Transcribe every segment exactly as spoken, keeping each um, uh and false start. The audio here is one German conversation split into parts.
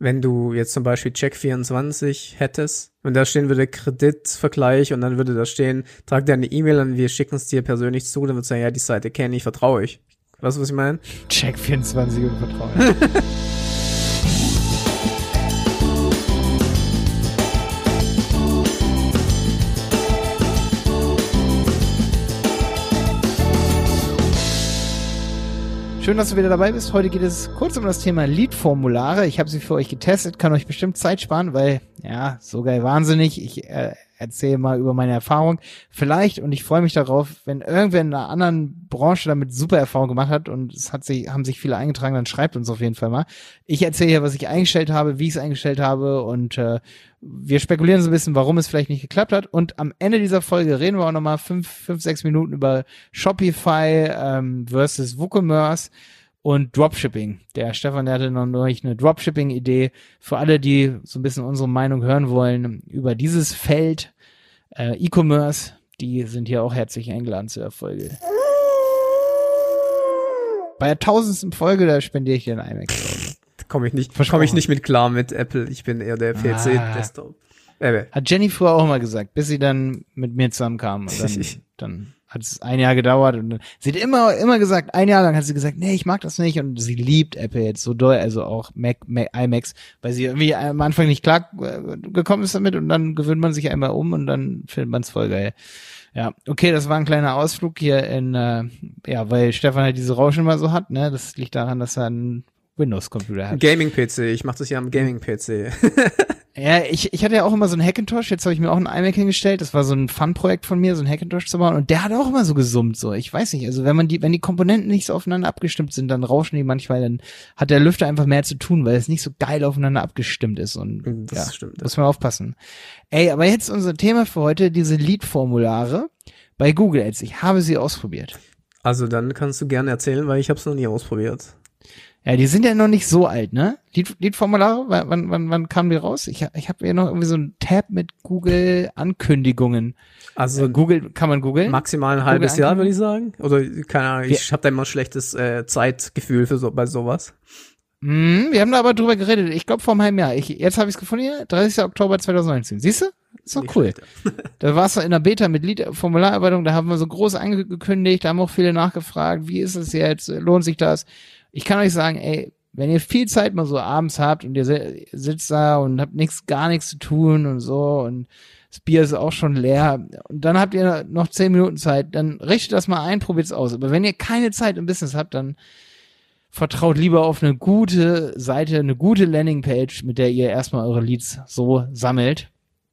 wenn du jetzt zum Beispiel Check vierundzwanzig hättest und da stehen würde Kreditvergleich und dann würde da stehen, trag dir eine E-Mail an, wir schicken es dir persönlich zu, dann wird sagen, ja, die Seite kenne ich, vertraue ich. Weißt du, was ich meine? Check vierundzwanzig und Vertrauen. Schön, dass du wieder dabei bist. Heute geht es kurz um das Thema Lead-Formulare. Ich habe sie für euch getestet, kann euch bestimmt Zeit sparen, weil, ja, so geil wahnsinnig. Ich äh, erzähle mal über meine Erfahrung. Vielleicht, und ich freue mich darauf, wenn irgendwer in einer anderen Branche damit super Erfahrung gemacht hat und es hat sich, haben sich viele eingetragen, dann schreibt uns auf jeden Fall mal. Ich erzähle hier, was ich eingestellt habe, wie ich es eingestellt habe und äh, wir spekulieren so ein bisschen, warum es vielleicht nicht geklappt hat. Und am Ende dieser Folge reden wir auch nochmal fünf, fünf, sechs Minuten über Shopify ähm, versus WooCommerce und Dropshipping. Der Stefan, der hatte noch neulich eine Dropshipping-Idee für alle, die so ein bisschen unsere Meinung hören wollen über dieses Feld äh, E-Commerce. Die sind hier auch herzlich eingeladen zu der Folge. Bei der tausendsten Folge, da spendiere ich dir einen iMac. Komme ich nicht, komme ich nicht mit klar mit Apple. Ich bin eher der P C-Desktop. Ah. Äh, Hat Jenny früher auch mal gesagt, bis sie dann mit mir zusammenkam. Und dann, dann hat es ein Jahr gedauert und dann, sie hat immer, immer gesagt, ein Jahr lang hat sie gesagt, nee, ich mag das nicht und sie liebt Apple jetzt so doll, also auch Mac, Mac, iMacs, weil sie irgendwie am Anfang nicht klar gekommen ist damit und dann gewöhnt man sich einmal um und dann findet man es voll geil. Ja, okay, das war ein kleiner Ausflug hier in, äh, ja, weil Stefan halt diese Rauschen immer so hat, ne, das liegt daran, dass er ein Windows-Computer hat. Gaming-P C, ich mach das ja am Gaming-P C. Ja, ich ich hatte ja auch immer so einen Hackintosh, jetzt habe ich mir auch einen iMac hingestellt, das war so ein Fun-Projekt von mir, so einen Hackintosh zu bauen und der hat auch immer so gesummt, so, ich weiß nicht, also wenn man die, wenn die Komponenten nicht so aufeinander abgestimmt sind, dann rauschen die manchmal, dann hat der Lüfter einfach mehr zu tun, weil es nicht so geil aufeinander abgestimmt ist und das ja, stimmt, muss man aufpassen. Ey, aber jetzt unser Thema für heute, diese Lead-Formulare bei Google Ads, ich habe sie ausprobiert. Also dann kannst du gerne erzählen, weil ich habe es noch nie ausprobiert. Ja, die sind ja noch nicht so alt, ne? Lead, Lead-Formulare, wann, wann, wann kamen die raus? Ich, ich habe ja noch irgendwie so ein Tab mit Google-Ankündigungen. Also äh, Google, kann man googeln? Maximal ein halbes Jahr, würde ich sagen. Oder keine Ahnung, ich habe da immer ein schlechtes äh, Zeitgefühl für so bei sowas. Mm, wir haben da aber drüber geredet. Ich glaube vor einem halben Jahr. Ich, jetzt habe ich es gefunden hier, dreißigster Oktober zweitausendneunzehn. Siehst du? Ist doch cool. Da war es in der Beta mit Lead-Formulararbeitung, da haben wir so groß angekündigt, da haben auch viele nachgefragt, wie ist es jetzt, lohnt sich das? Ich kann euch sagen, ey, wenn ihr viel Zeit mal so abends habt und ihr sitzt da und habt nichts, gar nichts zu tun und so und das Bier ist auch schon leer und dann habt ihr noch zehn Minuten Zeit, dann richtet das mal ein, probiert es aus. Aber wenn ihr keine Zeit im Business habt, dann vertraut lieber auf eine gute Seite, eine gute Landingpage, mit der ihr erstmal eure Leads so sammelt.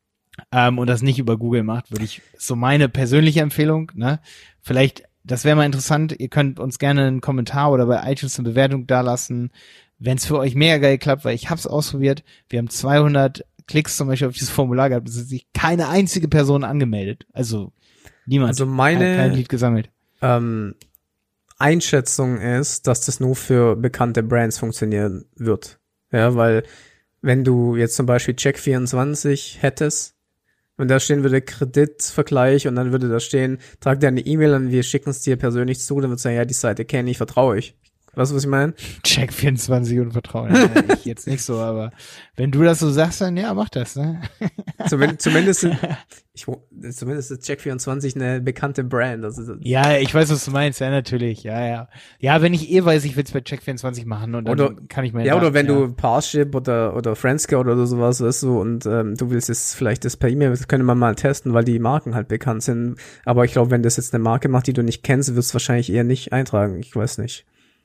Ähm, und das nicht über Google macht, würde ich, ist so meine persönliche Empfehlung, ne? Vielleicht, das wäre mal interessant, ihr könnt uns gerne einen Kommentar oder bei iTunes eine Bewertung dalassen, wenn es für euch mega geil klappt, weil ich habe es ausprobiert, wir haben zweihundert Klicks zum Beispiel auf dieses Formular gehabt, es hat sich keine einzige Person angemeldet, also niemand, also meine, hat kein Lied gesammelt. Ähm, Einschätzung ist, dass das nur für bekannte Brands funktionieren wird, ja, weil wenn du jetzt zum Beispiel Check vierundzwanzig hättest, und da stehen würde Kreditvergleich und dann würde da stehen, trag dir eine E-Mail an, wir schicken es dir persönlich zu, dann wird sagen, ja, die Seite kenne ich, vertraue ich. Weißt du, was ich meine? Check vierundzwanzig und Vertrauen. Ja, ich jetzt nicht so, aber wenn du das so sagst, dann ja, mach das, ne? Zumindest, zumindest, ich, zumindest ist Check vierundzwanzig eine bekannte Brand. Also, ja, ich weiß, was du meinst, ja, natürlich, ja, ja. Ja, wenn ich eh weiß, ich will es bei Check vierundzwanzig machen und dann oder, kann ich mir ja, nach, oder wenn ja. du Parship oder, oder Friendscout oder sowas, weißt du, und ähm, du willst jetzt vielleicht das per E-Mail, das könnte man mal testen, weil die Marken halt bekannt sind. Aber ich glaube, wenn das jetzt eine Marke macht, die du nicht kennst, wirst du wahrscheinlich eher nicht eintragen. Ich weiß nicht.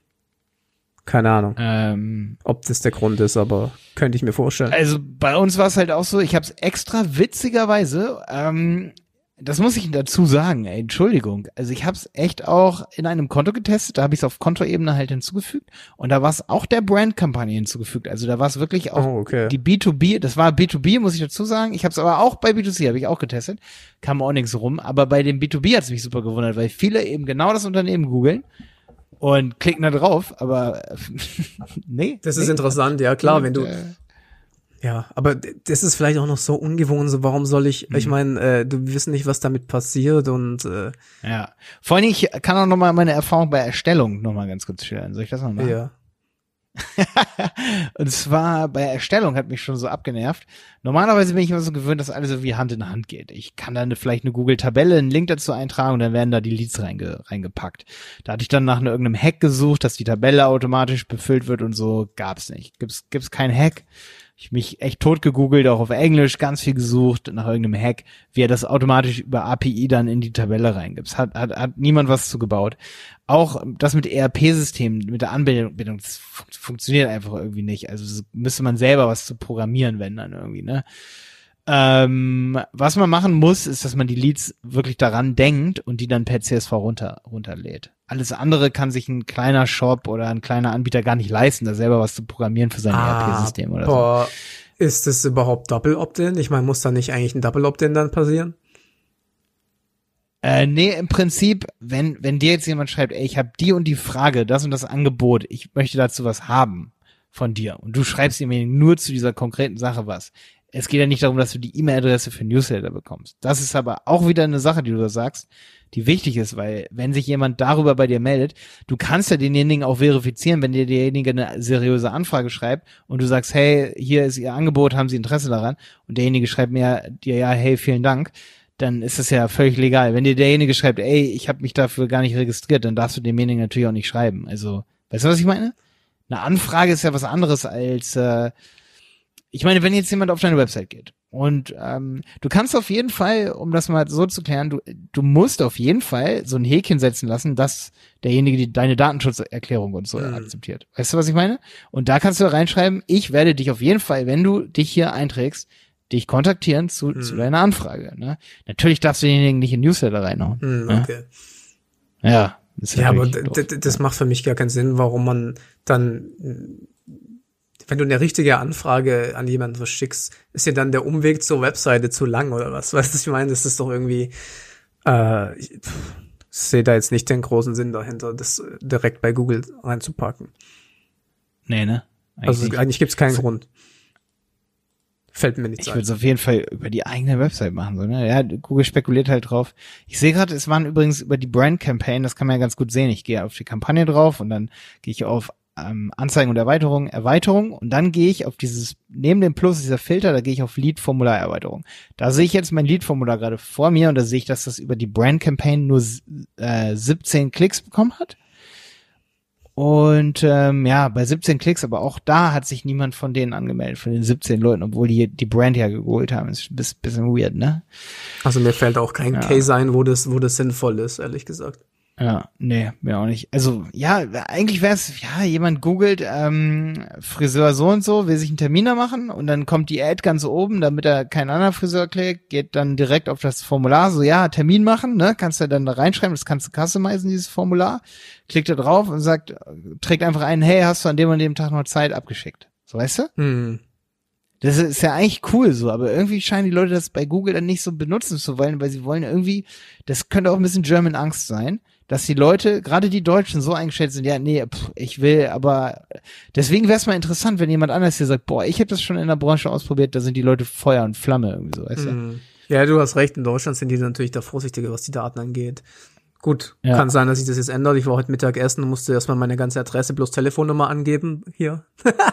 Keine Ahnung, ähm, ob das der Grund ist, aber könnte ich mir vorstellen. Also bei uns war es halt auch so, ich habe es extra witzigerweise, ähm, das muss ich dazu sagen, ey, Entschuldigung, also ich habe es echt auch in einem Konto getestet, da habe ich es auf Kontoebene halt hinzugefügt und da war es auch der Brandkampagne hinzugefügt, also da war es wirklich auch oh, okay. die B zwei B, das war B zwei B, muss ich dazu sagen, ich habe es aber auch bei B zwei C, habe ich auch getestet, kam auch nichts rum, aber bei dem B zwei B hat es mich super gewundert, weil viele eben genau das Unternehmen googeln und klicken da drauf, aber nee. Das nee. ist interessant, ja klar, und, wenn du äh, ja, aber das ist vielleicht auch noch so ungewohnt, so warum soll ich, mhm. ich meine, äh, du wissen nicht, was damit passiert und äh, ja, vor allem, ich kann auch noch mal meine Erfahrung bei Erstellung noch mal ganz kurz schildern. Soll ich das noch machen? Ja. Und zwar bei Erstellung hat mich schon so abgenervt. Normalerweise bin ich immer so gewöhnt, dass alles so wie Hand in Hand geht. Ich kann dann vielleicht eine Google-Tabelle, einen Link dazu eintragen und dann werden da die Leads reinge reingepackt. Da hatte ich dann nach irgendeinem Hack gesucht, dass die Tabelle automatisch befüllt wird und so. Gab's nicht. Gibt's, gibt's keinen Hack. Ich mich echt tot gegoogelt, auch auf Englisch, ganz viel gesucht nach irgendeinem Hack, wie er das automatisch über A P I dann in die Tabelle reingibt. Hat, hat, hat niemand was zu gebaut. Auch das mit E R P-Systemen, mit der Anbindung, das fun funktioniert einfach irgendwie nicht. Also müsste man selber was zu programmieren, wenn dann irgendwie, ne? Ähm, was man machen muss, ist, dass man die Leads wirklich daran denkt und die dann per C S V runter, runterlädt. Alles andere kann sich ein kleiner Shop oder ein kleiner Anbieter gar nicht leisten, da selber was zu programmieren für sein ah, E R P-System oder boah. so. Ist das überhaupt Double Opt-in? Ich meine, muss da nicht eigentlich ein Double Opt-in dann passieren? Äh, nee, im Prinzip, wenn, wenn dir jetzt jemand schreibt, ey, ich habe die und die Frage, das und das Angebot, ich möchte dazu was haben von dir und du schreibst ihm nur zu dieser konkreten Sache was. Es geht ja nicht darum, dass du die E-Mail-Adresse für Newsletter bekommst. Das ist aber auch wieder eine Sache, die du da sagst, die wichtig ist, weil wenn sich jemand darüber bei dir meldet, du kannst ja denjenigen auch verifizieren, wenn dir derjenige eine seriöse Anfrage schreibt und du sagst, hey, hier ist Ihr Angebot, haben Sie Interesse daran? Und derjenige schreibt mir dir, ja, hey, vielen Dank, dann ist das ja völlig legal. Wenn dir derjenige schreibt, ey, ich habe mich dafür gar nicht registriert, dann darfst du demjenigen natürlich auch nicht schreiben. Also, weißt du, was ich meine? Eine Anfrage ist ja was anderes als äh, ich meine, wenn jetzt jemand auf deine Website geht und ähm, du kannst auf jeden Fall, um das mal so zu klären, du du musst auf jeden Fall so ein Häkchen setzen lassen, dass derjenige die deine Datenschutzerklärung und so mhm. akzeptiert. Weißt du, was ich meine? Und da kannst du reinschreiben, ich werde dich auf jeden Fall, wenn du dich hier einträgst, dich kontaktieren zu, mhm. zu deiner Anfrage. Ne? Natürlich darfst du denjenigen nicht in Newsletter reinhauen. Mhm, okay. Ne? Ja. Das ja, aber das macht für mich gar keinen Sinn, warum man dann, wenn du eine richtige Anfrage an jemanden verschickst, ist ja dann der Umweg zur Webseite zu lang oder was? Weißt du, ich meine, das ist doch irgendwie, äh, ich sehe da jetzt nicht den großen Sinn dahinter, das direkt bei Google reinzupacken. Nee, ne? Eigentlich also nicht. Eigentlich gibt's keinen Grund. Fällt mir nicht Ich würde es auf jeden Fall über die eigene Website machen, so, ne? Ja, Google spekuliert halt drauf. Ich sehe gerade, es waren übrigens über die Brand Campaign, das kann man ja ganz gut sehen. Ich gehe auf die Kampagne drauf und dann gehe ich auf ähm, Anzeigen und Erweiterung, Erweiterung und dann gehe ich auf dieses, neben dem Plus, dieser Filter, da gehe ich auf Lead-Formular Erweiterung. Da sehe ich jetzt mein Lead-Formular gerade vor mir und da sehe ich, dass das über die Brand Campaign nur äh, siebzehn Klicks bekommen hat. Und ähm, ja, bei siebzehn Klicks, aber auch da hat sich niemand von denen angemeldet, von den siebzehn Leuten, obwohl die die Brand ja geholt haben. Ist ein bisschen weird, ne? Also mir fällt auch kein ja. Case ein, wo das wo das sinnvoll ist, ehrlich gesagt. Ja, nee, mir auch nicht. Also, ja, eigentlich wäre es, ja, jemand googelt ähm, Friseur so und so, will sich einen Termin da machen und dann kommt die Ad ganz oben, damit er keinen anderen Friseur klickt, geht dann direkt auf das Formular, so, ja, Termin machen, ne, kannst du dann da reinschreiben, das kannst du customizen, dieses Formular, klickt da drauf und sagt, trägt einfach ein, hey, hast du an dem und dem Tag noch Zeit, abgeschickt. So, weißt du? Hm. Das ist ja eigentlich cool so, aber irgendwie scheinen die Leute das bei Google dann nicht so benutzen zu wollen, weil sie wollen irgendwie, das könnte auch ein bisschen German Angst sein, dass die Leute, gerade die Deutschen, so eingestellt sind, ja, nee, pff, ich will, aber deswegen wäre es mal interessant, wenn jemand anders hier sagt, boah, ich habe das schon in der Branche ausprobiert, da sind die Leute Feuer und Flamme irgendwie so, weißt du? Mm. Ja, du hast recht, in Deutschland sind die natürlich da vorsichtiger, was die Daten angeht. Gut, ja. Kann sein, dass sich das jetzt ändert. Ich war heute Mittag essen und musste erstmal meine ganze Adresse plus Telefonnummer angeben hier.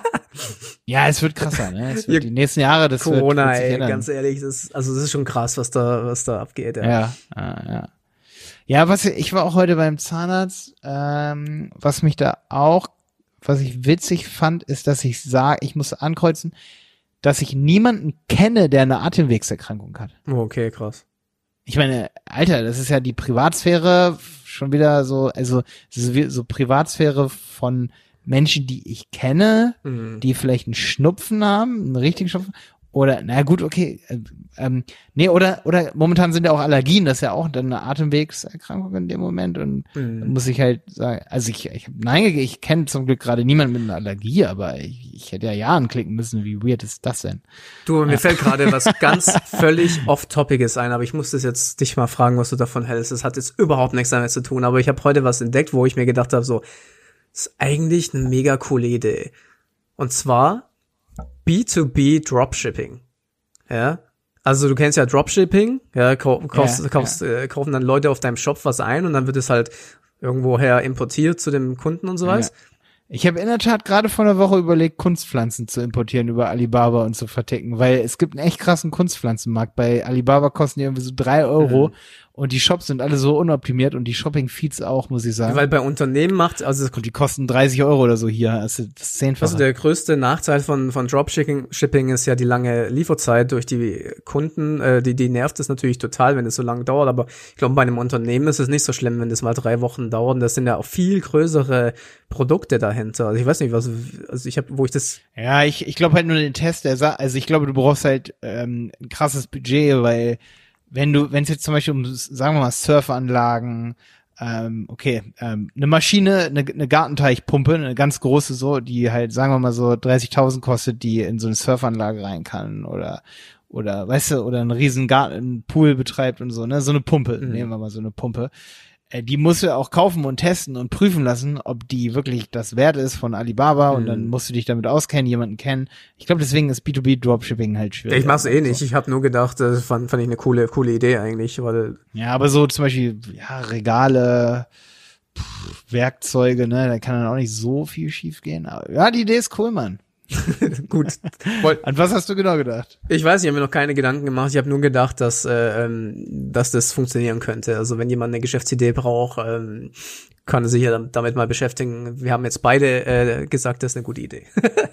Ja, es wird krasser, ne? Es wird die nächsten Jahre, das Corona, wird, wird ey, ändern. ganz ehrlich, das ist, also das ist schon krass, was da, was da abgeht. Ja, ja, ja. ja. Ja, was ich war auch heute beim Zahnarzt, ähm, was mich da auch, was ich witzig fand, ist, dass ich sage, ich muss ankreuzen, dass ich niemanden kenne, der eine Atemwegserkrankung hat. Okay, krass. Ich meine, Alter, das ist ja die Privatsphäre schon wieder so, also es ist wie so Privatsphäre von Menschen, die ich kenne, mhm. die vielleicht einen Schnupfen haben, einen richtigen Schnupfen. Oder, na gut, okay, ähm, nee, oder, oder momentan sind ja auch Allergien, das ist ja auch dann eine Atemwegserkrankung in dem Moment und mhm. dann muss ich halt sagen, also ich, ich nein, ich kenne zum Glück gerade niemanden mit einer Allergie, aber ich, ich hätte ja ja anklicken müssen, wie weird ist das denn? Du, mir ja. fällt gerade was ganz völlig off-topiges ein, aber ich muss das jetzt dich mal fragen, was du davon hältst. Das hat jetzt überhaupt nichts damit zu tun, aber ich habe heute was entdeckt, wo ich mir gedacht habe, so, das ist eigentlich eine mega coole Idee. Und zwar B zwei B Dropshipping. Ja. Also du kennst ja Dropshipping, ja, kauf, kaufst, ja, kaufst, ja. Äh, kaufen dann Leute auf deinem Shop was ein und dann wird es halt irgendwoher importiert zu dem Kunden und so was. Ich habe in der Tat gerade vor einer Woche überlegt, Kunstpflanzen zu importieren über Alibaba und zu verticken, weil es gibt einen echt krassen Kunstpflanzenmarkt. Bei Alibaba kosten die irgendwie so drei Euro mhm. und die Shops sind alle so unoptimiert und die Shopping-Feeds auch, muss ich sagen. Weil bei Unternehmen macht, also und die kosten dreißig Euro oder so hier, also das Zehnfache. Also der größte Nachteil von von Dropshipping Shipping ist ja die lange Lieferzeit durch die Kunden. Äh, die die nervt es natürlich total, wenn es so lange dauert. Aber ich glaube, bei einem Unternehmen ist es nicht so schlimm, wenn es mal drei Wochen dauert. Das sind ja auch viel größere Produkte dahinter. Also ich weiß nicht, was, also ich habe, wo ich das. Ja, ich ich glaube halt nur den Test, der sagt, also ich glaube, du brauchst halt ähm, ein krasses Budget, weil wenn du, wenn es jetzt zum Beispiel um, sagen wir mal, Surfanlagen, ähm, okay, ähm, eine Maschine, eine, eine Gartenteichpumpe, eine ganz große so, die halt, sagen wir mal so dreißigtausend kostet, die in so eine Surfanlage rein kann oder oder weißt du, oder einen riesen Garten, einen Pool betreibt und so, ne, so eine Pumpe, mhm. nehmen wir mal so eine Pumpe. Die musst du auch kaufen und testen und prüfen lassen, ob die wirklich das wert ist von Alibaba mhm. und dann musst du dich damit auskennen, jemanden kennen. Ich glaube, deswegen ist B zwei B Dropshipping halt schwierig. Ich mach's eh nicht. So. Ich habe nur gedacht, das fand, fand ich eine coole coole Idee eigentlich. Weil ja, aber so zum Beispiel ja Regale, pff, Werkzeuge, ne, da kann dann auch nicht so viel schief gehen. Aber ja, die Idee ist cool, Mann. Gut. An was hast du genau gedacht? Ich weiß, ich habe mir noch keine Gedanken gemacht. Ich habe nur gedacht, dass äh, ähm, dass das funktionieren könnte. Also wenn jemand eine Geschäftsidee braucht, ähm, kann er sich ja damit mal beschäftigen. Wir haben jetzt beide äh, gesagt, das ist eine gute Idee.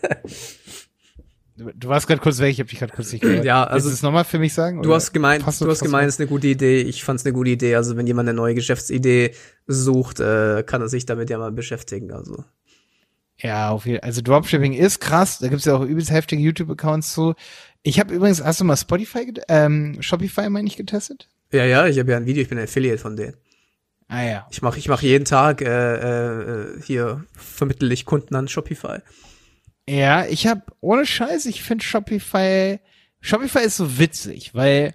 Du warst gerade kurz weg, ich habe dich gerade kurz nicht gehört. Ja, also willst du es nochmal für mich sagen? Du hast gemeint, du, du hast gemeint, es ist eine gute Idee. Ich fand es eine gute Idee. Also wenn jemand eine neue Geschäftsidee sucht, äh, kann er sich damit ja mal beschäftigen. Also ja, auf jeden Fall. Also Dropshipping ist krass. Da gibt's ja auch übelst heftige YouTube-Accounts zu. Ich habe übrigens, hast du mal Spotify, ähm, Shopify, meine ich, getestet? Ja, ja, ich habe ja ein Video, ich bin ein Affiliate von denen. Ah ja. Ich mache ich mach jeden Tag, äh, äh, hier vermittle ich Kunden an Shopify. Ja, ich habe, ohne Scheiß, ich finde Shopify, Shopify ist so witzig, weil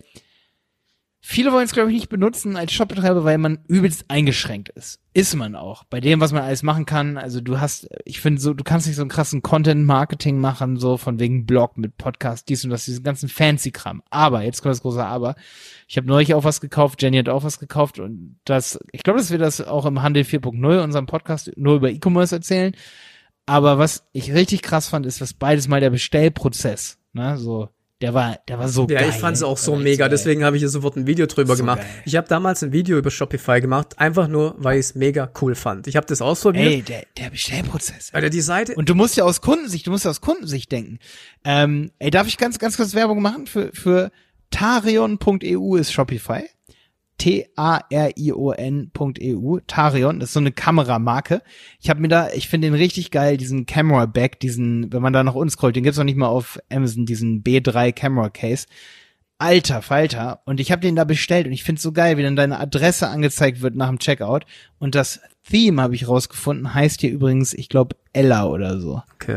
viele wollen es, glaube ich, nicht benutzen als Shopbetreiber, weil man übelst eingeschränkt ist. Ist man auch. Bei dem, was man alles machen kann. Also du hast, ich finde so, du kannst nicht so einen krassen Content-Marketing machen, so von wegen Blog mit Podcast, dies und das, diesen ganzen Fancy-Kram. Aber, jetzt kommt das große Aber. Ich habe neulich auch was gekauft, Jenny hat auch was gekauft und das, ich glaube, dass wir das auch im Handel vier Punkt null, unserem Podcast, nur über E-Commerce erzählen. Aber was ich richtig krass fand, ist, was beides mal der Bestellprozess, ne, so, Der war, der war so ja, geil. Ja, ich fand's auch so mega, deswegen habe ich hier sofort ein Video drüber so gemacht. Geil. Ich habe damals ein Video über Shopify gemacht, einfach nur, weil ich es mega cool fand. Ich habe das ausprobiert. Ey, der, der Bestellprozess. Alter, die Seite. Und du musst ja aus Kundensicht, du musst ja aus Kundensicht denken. Ähm, ey, darf ich ganz, ganz kurz Werbung machen für, für Tarion Punkt e u ist Shopify. T A R I O N Punkt E U, Tarion, das ist so eine Kameramarke. Ich habe mir da, ich finde den richtig geil, diesen Camera Bag, diesen, wenn man da nach unten scrollt, den gibt's noch nicht mal auf Amazon, diesen B drei Camera Case. Alter Falter. Und ich habe den da bestellt und ich find's so geil, wie dann deine Adresse angezeigt wird nach dem Checkout. Und das Theme habe ich rausgefunden, heißt hier übrigens, ich glaube, Ella oder so. Okay.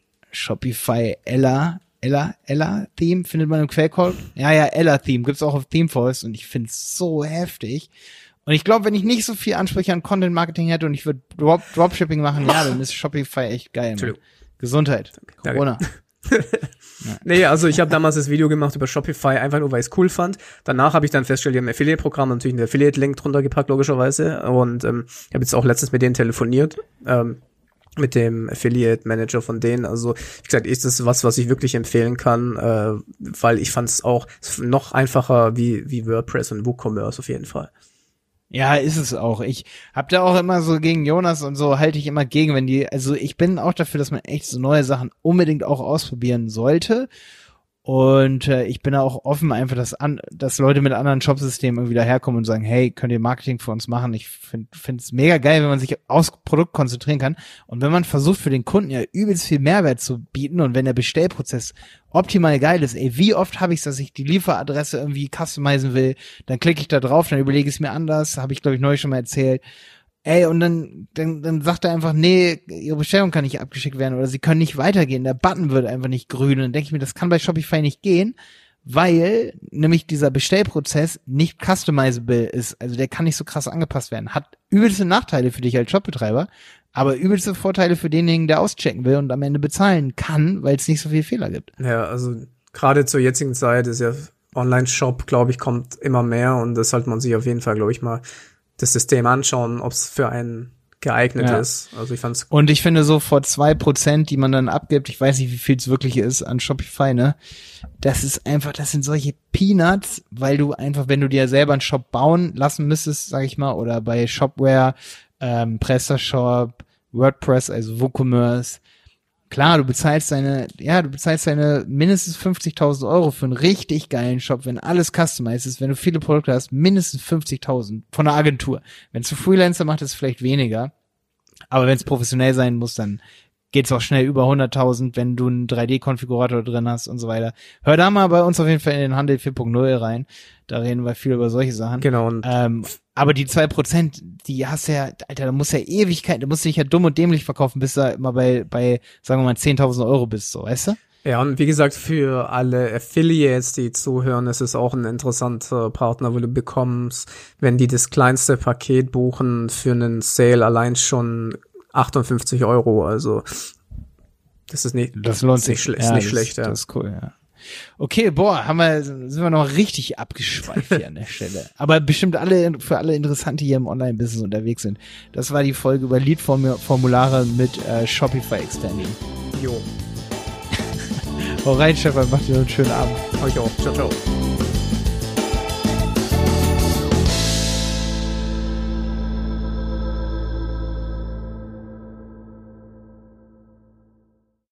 Shopify Ella. Ella, Ella Theme findet man im Quellcode. Ja, ja, Ella Theme gibt's auch auf ThemeForest und ich find's so heftig. Und ich glaube, wenn ich nicht so viel Ansprüche an Content Marketing hätte und ich würde Drop, Dropshipping machen, ja, dann ist Shopify echt geil. Mann. Gesundheit. Danke. Corona. Ja. Nee, also ich habe damals das Video gemacht über Shopify, einfach nur, weil ich es cool fand. Danach habe ich dann festgestellt, die haben ein Affiliate-Programm, natürlich einen Affiliate-Link drunter gepackt, logischerweise. Und ähm, ich habe jetzt auch letztens mit denen telefoniert. Ähm, mit dem Affiliate Manager von denen. Also, wie gesagt, ist das was, was ich wirklich empfehlen kann, äh, weil ich fand es auch noch einfacher wie wie WordPress und WooCommerce auf jeden Fall. Ja, ist es auch. Ich hab da auch immer so gegen Jonas und so halte ich immer gegen, wenn die, also ich bin auch dafür, dass man echt so neue Sachen unbedingt auch ausprobieren sollte. Und äh, ich bin da auch offen einfach, dass an, dass Leute mit anderen Shopsystemen irgendwie daherkommen und sagen, hey, könnt ihr Marketing für uns machen? Ich finde finde es mega geil, wenn man sich aufs Produkt konzentrieren kann. Und wenn man versucht, für den Kunden ja übelst viel Mehrwert zu bieten und wenn der Bestellprozess optimal geil ist, ey, wie oft habe ich es, dass ich die Lieferadresse irgendwie customizen will, dann klicke ich da drauf, dann überlege ich es mir anders, habe ich, glaube ich, neulich schon mal erzählt. Ey, und dann, dann, dann sagt er einfach, nee, ihre Bestellung kann nicht abgeschickt werden oder sie können nicht weitergehen. Der Button wird einfach nicht grün. Und dann denke ich mir, das kann bei Shopify nicht gehen, weil nämlich dieser Bestellprozess nicht customizable ist. Also der kann nicht so krass angepasst werden. Hat übelste Nachteile für dich als Shopbetreiber, aber übelste Vorteile für denjenigen, der auschecken will und am Ende bezahlen kann, weil es nicht so viele Fehler gibt. Ja, also gerade zur jetzigen Zeit ist ja Online-Shop, glaube ich, kommt immer mehr und das sollte man sich auf jeden Fall, glaube ich, mal das System anschauen, ob es für einen geeignet Ja. ist. Also ich fand's Und ich finde so vor zwei Prozent, die man dann abgibt, ich weiß nicht, wie viel es wirklich ist an Shopify, ne? Das ist einfach, das sind solche Peanuts, weil du einfach, wenn du dir selber einen Shop bauen lassen müsstest, sag ich mal, oder bei Shopware, ähm, PrestaShop, WordPress, also WooCommerce, klar, du bezahlst deine, ja, du bezahlst deine mindestens fünfzigtausend Euro für einen richtig geilen Shop, wenn alles customized ist, wenn du viele Produkte hast, mindestens fünfzigtausend von einer Agentur. Wenn es ein Freelancer macht, ist es vielleicht weniger. Aber wenn es professionell sein muss, dann geht's auch schnell über hunderttausend, wenn du einen drei D-Konfigurator drin hast und so weiter. Hör da mal bei uns auf jeden Fall in den Handel vier Punkt null rein. Da reden wir viel über solche Sachen. genau. Und Ähm, aber die zwei Prozent, die hast ja, Alter, da musst ja Ewigkeit, da musst du dich ja dumm und dämlich verkaufen, bis du immer bei, bei, sagen wir mal, zehntausend Euro bist, so, weißt du? ja, und wie gesagt, für alle Affiliates, die zuhören, ist es auch ein interessanter Partner, wo du bekommst, wenn die das kleinste Paket buchen, für einen Sale allein schon achtundfünfzig Euro. Also das ist nicht, Das lohnt ist nicht, sich. schle- ist Ja, nicht das, schlecht. Ja. Das ist cool, ja. Okay, boah, haben wir, sind wir noch richtig abgeschweift hier an der Stelle. Aber bestimmt alle, für alle Interessante, die hier im Online-Business unterwegs sind. Das war die Folge über Lead-Formulare mit äh, Shopify Extension. Jo, Hau rein, Stefan, mach dir noch einen schönen Abend. euch auch. Ciao, ciao.